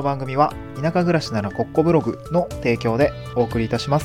の番組は田舎暮らしならコッコブログの提供でお送りいたします。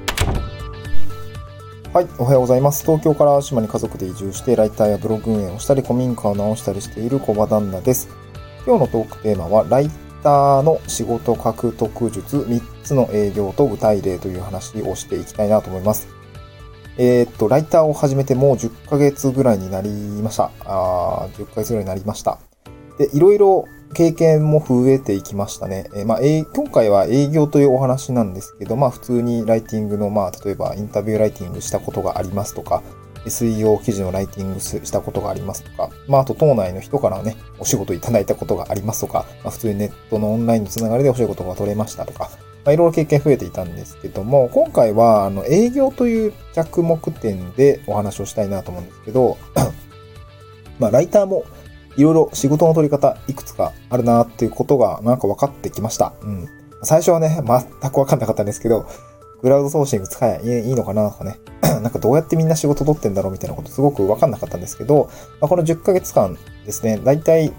はい、おはようございます。東京から島に家族で移住してライターやブログ運営をしたり古民家を直したりしている小場旦那です。今日のトークテーマはライターの仕事獲得術3つの営業と具体例という話をしていきたいなと思います。ライターを始めてもう10ヶ月ぐらいになりました。10ヶ月ぐらいになりました。で、いろいろ経験も増えていきましたね。今回は営業というお話なんですけど、普通にライティングの、例えばインタビューライティングしたことがありますとか、SEO 記事のライティングしたことがありますとか、あと島内の人からね、お仕事いただいたことがありますとか、普通にネットのオンラインのつながりでお仕事が取れましたとか、いろいろ経験増えていたんですけども、今回は営業という着目点でお話をしたいなと思うんですけど、ライターもいろいろ仕事の取り方いくつかあるなっていうことがなんか分かってきました。最初はね、全く分かんなかったんですけど、クラウドソーシング使えばいいのかなとかね、なんかどうやってみんな仕事取ってんだろうみたいなことすごく分かんなかったんですけど、この10ヶ月間ですね、だいたい、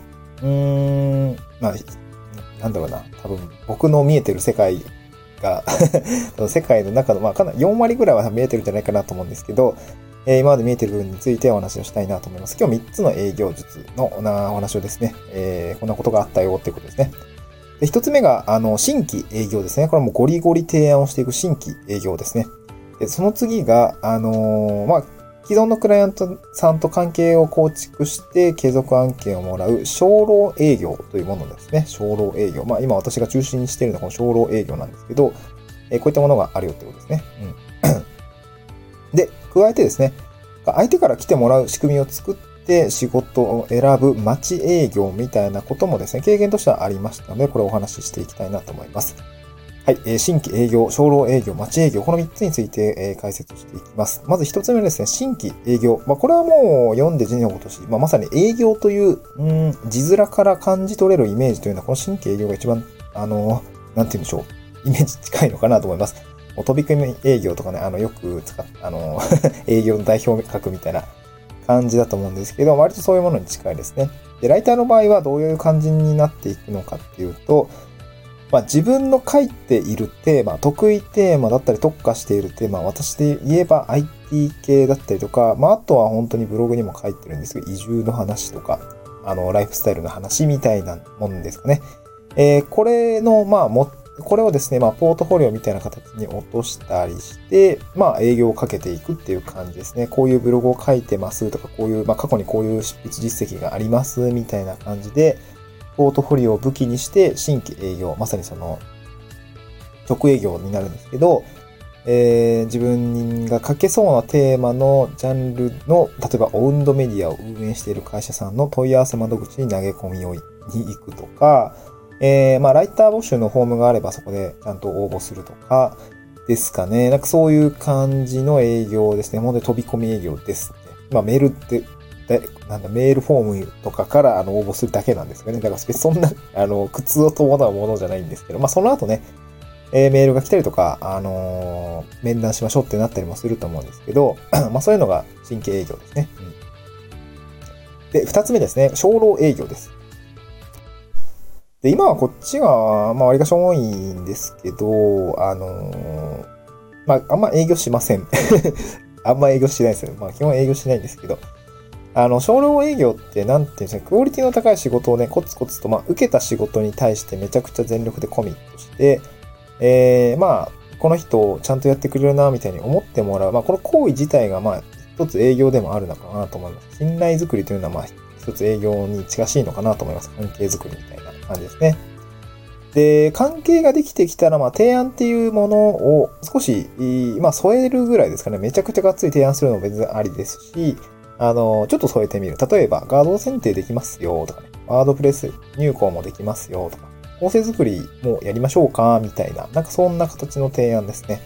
なんだろうな、多分僕の見えてる世界が世界の中の、かなり4割ぐらいは見えてるんじゃないかなと思うんですけど、今まで見えてる部分についてお話をしたいなと思います。今日3つの営業術のお話をですね、こんなことがあったよっていうことですね。で、1つ目が、新規営業ですね。これはもうゴリゴリ提案をしていく新規営業ですね。で、その次が、既存のクライアントさんと関係を構築して継続案件をもらう商労営業というものですね。商労営業。今私が中心にしているのはこの商労営業なんですけど、こういったものがあるよってことですね。で、加えてですね、相手から来てもらう仕組みを作って仕事を選ぶ待ち営業みたいなこともですね、経験としてはありましたので、これをお話ししていきたいなと思います。はい、新規営業、商労営業、待ち営業、この3つについて、解説していきます。まず1つ目ですね、新規営業。これはもう読んで字に起こし、まさに営業という、字面から感じ取れるイメージというのは、この新規営業が一番、なんて言うんでしょう、イメージ近いのかなと思います。飛び込み営業とかね、よく使っ営業の代表格みたいな感じだと思うんですけど、割とそういうものに近いですね。で、ライターの場合はどういう感じになっていくのかっていうと、自分の書いているテーマ、得意テーマだったり特化しているテーマ、私で言えば IT 系だったりとか、あとは本当にブログにも書いてるんですけど、移住の話とか、ライフスタイルの話みたいなもんですかね。これの、これをですね、ポートフォリオみたいな形に落としたりして、営業をかけていくっていう感じですね。こういうブログを書いてますとか、こういう、過去にこういう執筆実績がありますみたいな感じで、ポートフォリオを武器にして新規営業、まさにその、直営業になるんですけど、自分が書けそうなテーマのジャンルの、例えばオウンドメディアを運営している会社さんの問い合わせ窓口に投げ込みに行くとか、ライター募集のフォームがあればそこでちゃんと応募するとかですかね。なんかそういう感じの営業ですね。ほんで飛び込み営業ですね。メールって、メールフォームとかから応募するだけなんですよね。だからそんな、苦痛を伴うものじゃないんですけど、その後ね、メールが来たりとか、面談しましょうってなったりもすると思うんですけど、そういうのが新規営業ですね。で、二つ目ですね。商労営業です。で、今はこっちが、割かし多いんですけど、あんま営業しません。あんま営業してないですよ。基本営業しないんですけど、商労営業ってなんていうんですか、クオリティの高い仕事をね、コツコツと、受けた仕事に対してめちゃくちゃ全力でコミットして、この人ちゃんとやってくれるな、みたいに思ってもらう。この行為自体が、一つ営業でもあるのかなと思います。信頼づくりというのは、一つ営業に近しいのかなと思います。関係づくりみたいな感じですね。で、関係ができてきたら、提案っていうものを少し、添えるぐらいですかね。めちゃくちゃがっつり提案するのも別にありですし、ちょっと添えてみる。例えば、画像選定できますよとかね。ワードプレス入稿もできますよとか。構成作りもやりましょうかみたいな。なんかそんな形の提案ですね。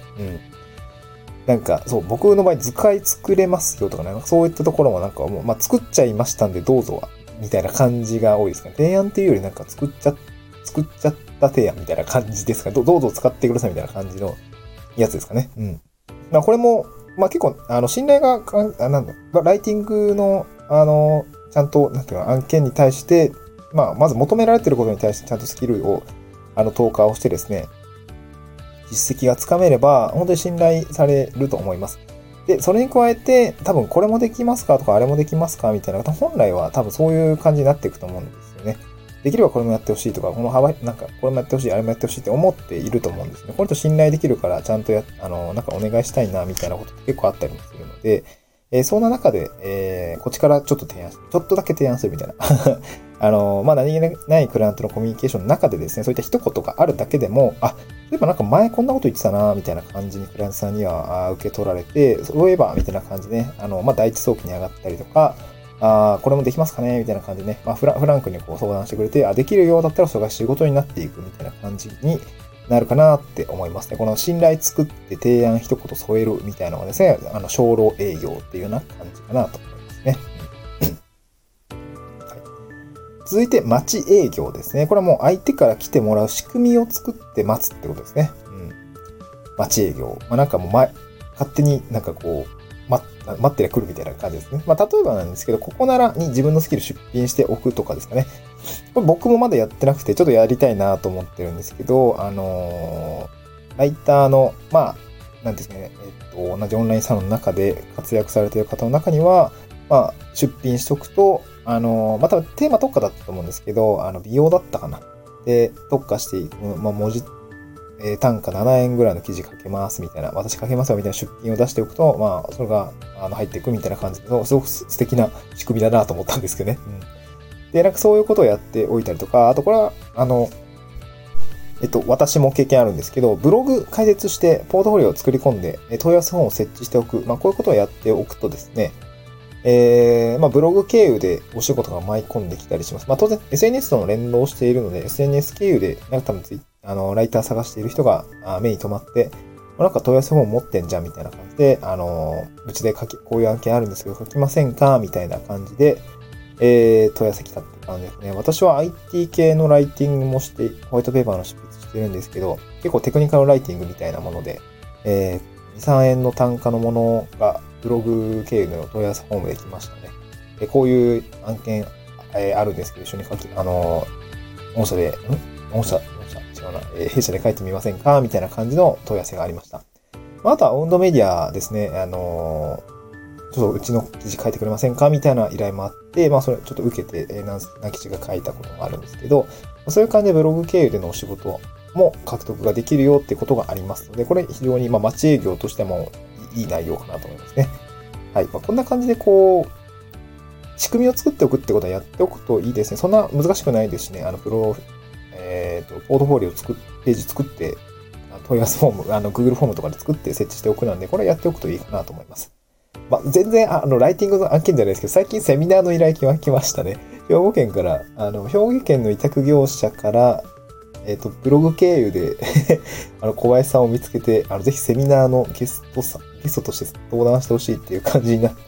僕の場合図解作れますよとかね。そういったところもなんかもう、作っちゃいましたんでどうぞみたいな感じが多いですね。提案っていうよりなんか作っちゃった提案みたいな感じですか。どうぞ使ってくださいみたいな感じのやつですかね。これも、結構、信頼が、ライティングの、ちゃんと、案件に対して、まず求められていることに対してちゃんとスキルを投下をしてですね、実績がつかめれば、本当に信頼されると思います。で、それに加えて、多分これもできますかとか、あれもできますかみたいな、本来は多分そういう感じになっていくと思うんですよね。できればこれもやってほしいとか、この幅、なんかこれもやってほしい、あれもやってほしいって思っていると思うんですね。これと信頼できるから、ちゃんとなんかお願いしたいな、みたいなことって結構あったりもするので、そんな中で、こっちからちょっとだけ提案するみたいな。何気ないクライアントのコミュニケーションの中でですね、そういった一言があるだけでも、そういえばなんか前こんなこと言ってたな、みたいな感じにクライアントさんには受け取られて、そういえば、みたいな感じでね、第一早期に上がったりとか、これもできますかねみたいな感じでね、フランクにこう相談してくれて、できるようだったらそれが仕事になっていくみたいな感じになるかなって思いますね。この信頼作って提案一言添えるみたいなのがですね、商労営業っていうような感じかなと思いますね。続いて、待ち営業ですね。これはもう相手から来てもらう仕組みを作って待つってことですね。待ち営業。なんかもう勝手になんかこう、待ってりゃ来るみたいな感じですね。例えばなんですけど、ここならに自分のスキル出品しておくとかですかね。これ僕もまだやってなくて、ちょっとやりたいなと思ってるんですけど、ライターの、なんですかね、同じオンラインサロンの中で活躍されている方の中には、出品しておくと、多分テーマ特化だったと思うんですけど、美容だったかな。で、特化していく、文字、単価7円ぐらいの記事書けますみたいな、私書けますよみたいな出品を出しておくと、それが入っていくみたいな感じで、すごく素敵な仕組みだなと思ったんですけどね。で、なんかそういうことをやっておいたりとか、あとこれは、私も経験あるんですけど、ブログ開設してポートフォリオを作り込んで、問い合わせフォームを設置しておく。こういうことをやっておくとですね、ブログ経由でお仕事が舞い込んできたりします。当然 SNS との連動しているので、SNS 経由で、なんか多分ライター探している人が目に留まって、なんか問い合わせフォーム持ってんじゃんみたいな感じで、うちでこういう案件あるんですけど書きませんかみたいな感じで、問い合わせ来たって感じですね。私は IT 系のライティングもして、ホワイトペーパーの執筆してるんですけど、結構テクニカルライティングみたいなもので、2、3円の単価のものがブログ経由の問い合わせフォームで来ましたね。こういう案件、あるんですけど、一緒に御社で、違うな、弊社で書いてみませんかみたいな感じの問い合わせがありました。あとはオウンドメディアですね。ちょっとうちの記事書いてくれませんかみたいな依頼もあって、それちょっと受けて、何記事が書いたこともあるんですけど、そういう感じでブログ経由でのお仕事も獲得ができるよってことがありますので、これ非常に待ち営業としてもいい内容かなと思いますね。はい。こんな感じで仕組みを作っておくってことはやっておくといいですね。そんな難しくないですしね。ポートフォリオページ作って、問い合わせフォーム、Google フォームとかで作って設置しておくなんで、これやっておくといいかなと思います。全然、ライティングの案件じゃないですけど、最近セミナーの依頼来ましたね。兵庫県から、兵庫県の委託業者から、ブログ経由で小林さんを見つけて、ぜひセミナーのゲストとして登壇してほしいっていう感じになって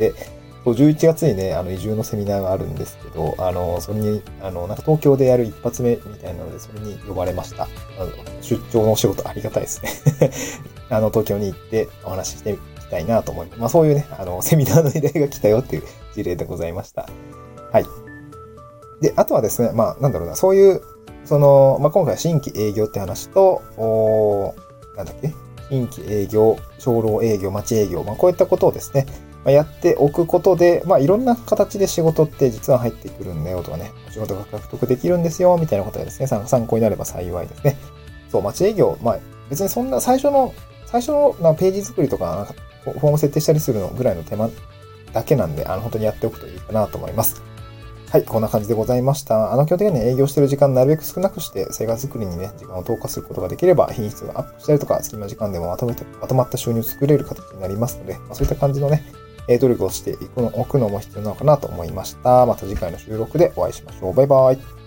、11月にね、移住のセミナーがあるんですけど、それに、なんか東京でやる一発目みたいなので、それに呼ばれました。出張のお仕事ありがたいですね。東京に行ってお話ししていきたいなと思います。そういうね、セミナーの依頼が来たよっていう事例でございました。はい。で、あとはですね、そういう、今回新規営業って話と、新規営業、商労営業、待ち営業、こういったことをですね、やっておくことで、いろんな形で仕事って実は入ってくるんだよとかね、仕事が獲得できるんですよ、みたいなことがですね、参考になれば幸いですね。そう、待ち営業、別にそんな最初のページ作りとか、フォーム設定したりするのぐらいの手間だけなんで、本当にやっておくといいかなと思います。はい、こんな感じでございました。基本的には営業してる時間なるべく少なくして、生活作りにね、時間を投下することができれば、品質がアップしたりとか、隙間時間でもまとまった収入を作れる形になりますので、そういった感じのね、努力をしておくのも必要なのかなと思いました。また次回の収録でお会いしましょう。バイバイ。